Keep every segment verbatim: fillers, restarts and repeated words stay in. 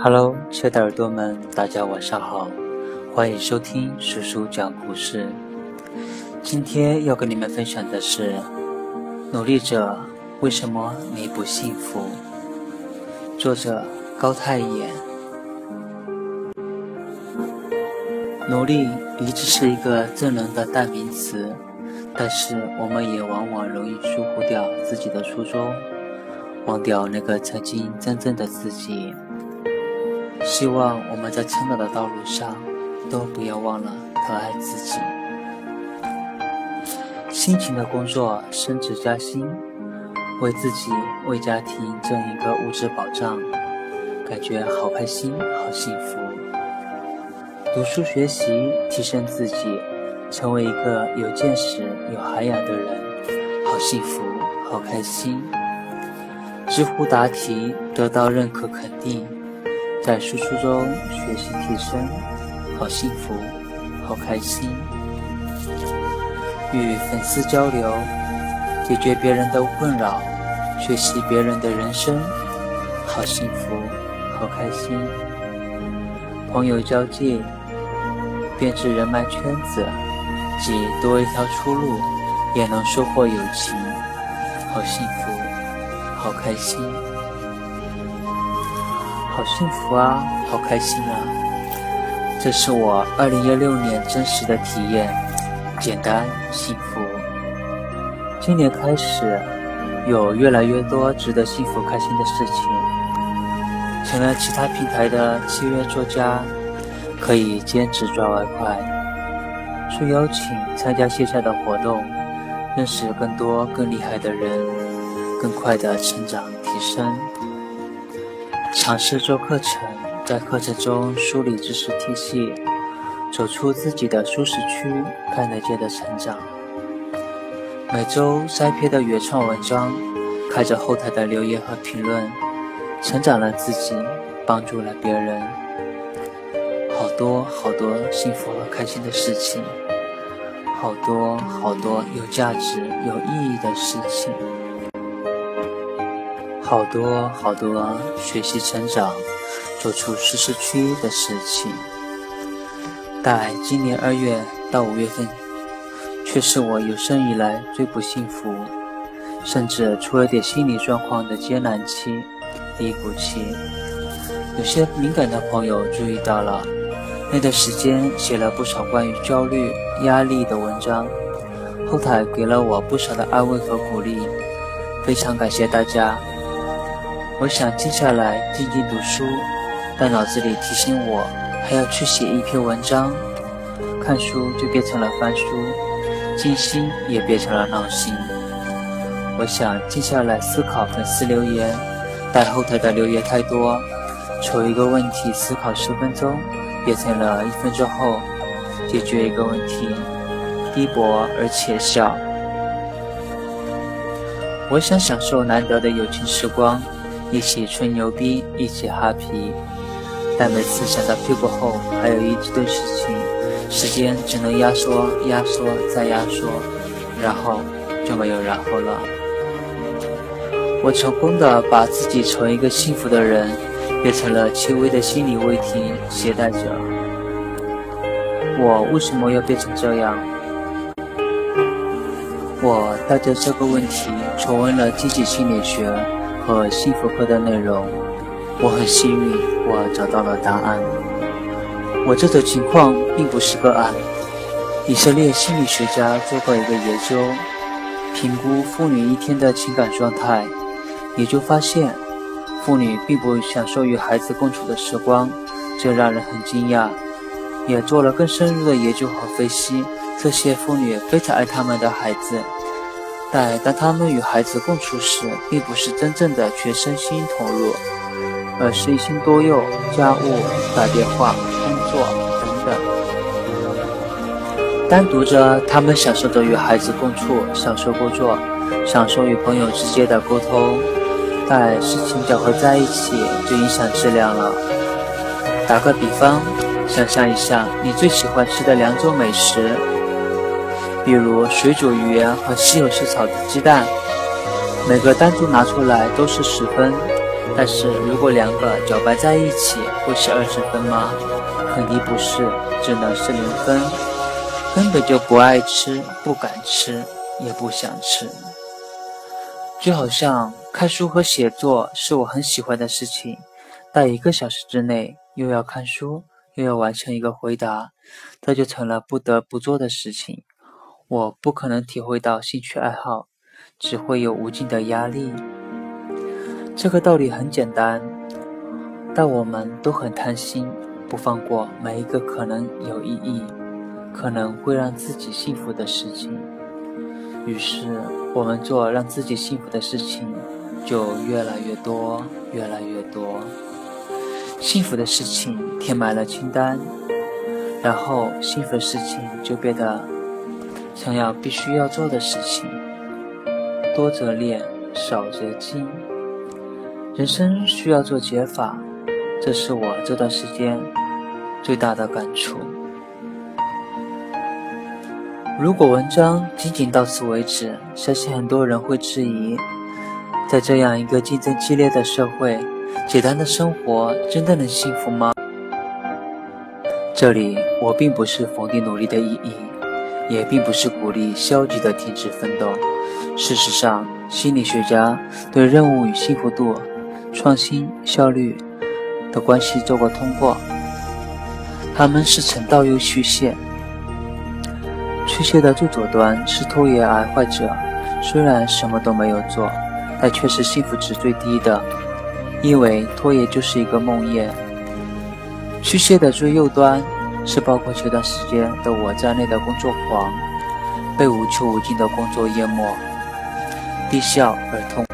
Hello， 亲爱的耳朵们，大家晚上好，欢迎收听叔叔讲故事。今天要跟你们分享的是，努力者为什么你不幸福？作者高太妍。努力一直是一个正能的代名词，但是我们也往往容易疏忽掉自己的初衷，忘掉那个曾经真正的自己。希望我们在成长的道路上都不要忘了疼爱自己。辛勤的工作，升职加薪，为自己为家庭挣一个物质保障，感觉好开心好幸福。读书学习，提升自己，成为一个有见识有涵养的人，好幸福好开心。知乎答题，得到认可肯定，在输出中学习提升，好幸福好开心。与粉丝交流，解决别人的困扰，学习别人的人生，好幸福好开心。朋友交际，编织人脉圈子，既多一条出路，也能收获友情，好幸福好开心。好幸福啊，好开心啊！这是我二零一六年真实的体验，简单幸福。今年开始，有越来越多值得幸福开心的事情，成了其他平台的契约作家，可以兼职赚外快，受邀请参加线下的活动，认识更多更厉害的人，更快的成长提升。尝试做课程，在课程中梳理知识体系，走出自己的舒适区，看得见的成长。每周三篇的原创文章，看着后台的留言和评论，成长了自己，帮助了别人。好多好多幸福和开心的事情，好多好多有价值有意义的事情，好多好多学习成长走出舒适区的事情。但今年二月到五月份却是我有生以来最不幸福，甚至出了点心理状况的艰难期低谷期。有些敏感的朋友注意到了，那段时间写了不少关于焦虑压力的文章，后台给了我不少的安慰和鼓励，非常感谢大家。我想静下来静静读书，但脑子里提醒我还要去写一篇文章，看书就变成了翻书，静心也变成了闹心。我想静下来思考粉丝留言，但后台的留言太多，瞅一个问题思考十分钟，变成了一分钟后解决一个问题，低薄而且小。我想享受难得的友情时光，一起吹牛逼，一起哈皮，但每次想到屁股后还有一堆事情，时间只能压缩压缩再压缩，然后就没有然后了。我成功的把自己从一个幸福的人变成了轻微的心理问题携带者。我为什么要变成这样？我带着这个问题重温了积极心理学和幸福课的内容，我很幸运，我找到了答案。我这种情况并不是个案，以色列心理学家做过一个研究，评估妇女一天的情感状态，研究发现，妇女并不享受与孩子共处的时光，这让人很惊讶。也做了更深入的研究和分析，这些妇女非常爱他们的孩子，但当他们与孩子共处时，并不是真正的全身心投入，而是一心多用，家务、打电话、工作等等。单独着，他们享受着与孩子共处，享受工作，享受与朋友之间的沟通，但事情搅和在一起，就影响质量了。打个比方，想象一下你最喜欢吃的两种美食，比如水煮鱼和西红柿炒的鸡蛋，每个单独拿出来都是十分， 但是如果两个搅拌在一起，会是二十分吗？肯定不是，只能是零分，根本就不爱吃，不敢吃，也不想吃。就好像看书和写作是我很喜欢的事情，但一个小时之内又要看书，又要完成一个回答，这就成了不得不做的事情。我不可能体会到兴趣爱好，只会有无尽的压力。这个道理很简单，但我们都很贪心，不放过每一个可能有意义、可能会让自己幸福的事情。于是我们做让自己幸福的事情就越来越多，越来越多。幸福的事情填满了清单，然后幸福的事情就变得成了必须要做的事情。多则练，少则精。人生需要做减法，这是我这段时间最大的感触。如果文章仅仅到此为止，相信很多人会质疑，在这样一个竞争激烈的社会，简单的生活真的能幸福吗？这里我并不是否定努力的意义，也并不是鼓励消极的停止奋斗。事实上，心理学家对任务与幸福度、创新、效率的关系做过通过，它们是呈倒 U 曲线。曲线的最左端是拖延癌患者，虽然什么都没有做，但却是幸福值最低的，因为拖延就是一个梦魇。曲线的最右端是包括前段时间的我在内的工作狂，被无穷无尽的工作淹没，低效而痛。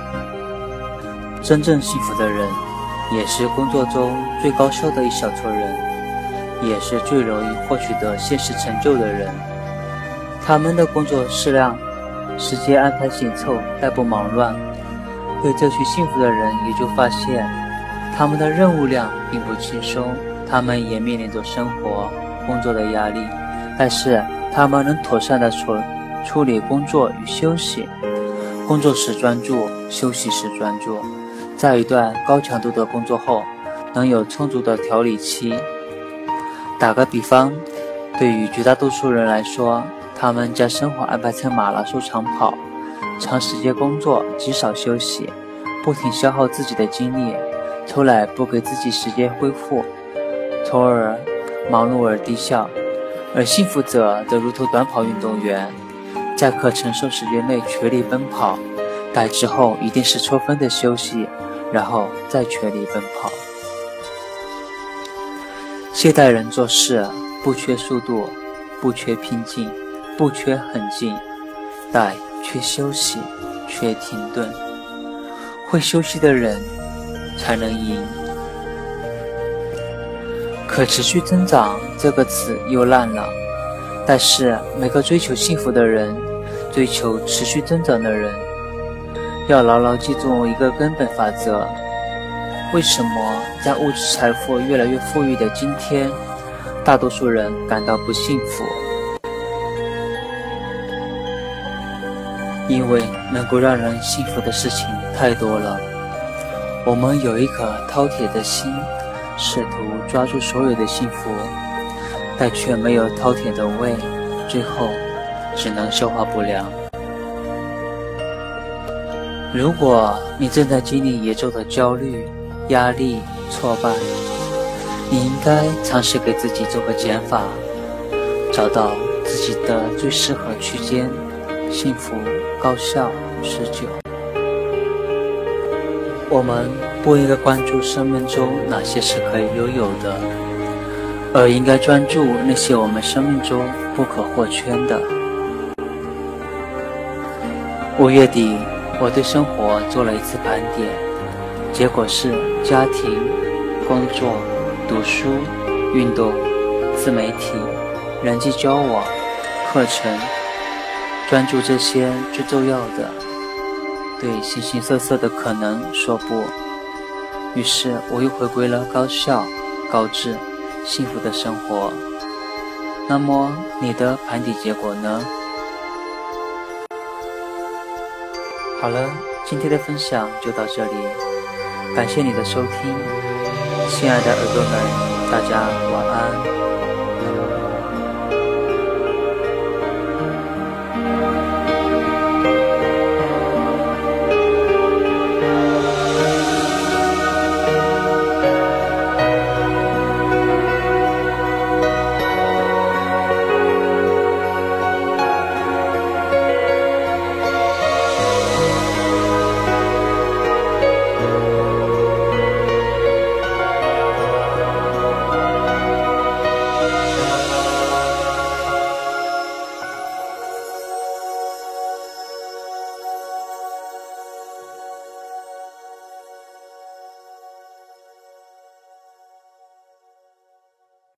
真正幸福的人，也是工作中最高效的一小撮人，也是最容易获取得现实成就的人。他们的工作适量，时间安排紧凑，但不忙乱。对这群幸福的人也就发现，他们的任务量并不轻松，他们也面临着生活、工作的压力，但是他们能妥善地处处理工作与休息。工作时专注，休息时专注。在一段高强度的工作后，能有充足的调理期。打个比方，对于绝大多数人来说，他们将生活安排成马拉松长跑，长时间工作，极少休息，不停消耗自己的精力，从来不给自己时间恢复，从而忙碌而低效。而幸福者则如同短跑运动员，在可承受时间内全力奔跑，但之后一定是充分的休息，然后再全力奔跑。现代人做事不缺速度，不缺拼劲，不缺狠劲，但缺休息，缺停顿。会休息的人才能赢。可持续增长这个词又烂了，但是每个追求幸福的人，追求持续增长的人，要牢牢记住一个根本法则：为什么在物质财富越来越富裕的今天，大多数人感到不幸福？因为能够让人幸福的事情太多了，我们有一颗饕餮的心，试图抓住所有的幸福，但却没有饕餮的胃，最后只能消化不良。如果你正在经历严重的焦虑、压力、挫败，你应该尝试给自己做个减法，找到自己的最适合区间，幸福、高效、持久。我们不应该关注生命中哪些是可以拥有的，而应该专注那些我们生命中不可或缺的。五月底，我对生活做了一次盘点，结果是家庭、工作、读书、运动、自媒体、人际交往、课程，专注这些最重要的，对形形色色的可能说不。于是我又回归了高效、高质、幸福的生活。那么你的盘点结果呢？好了，今天的分享就到这里， 感谢你的收听，亲爱的耳朵们，大家晚安。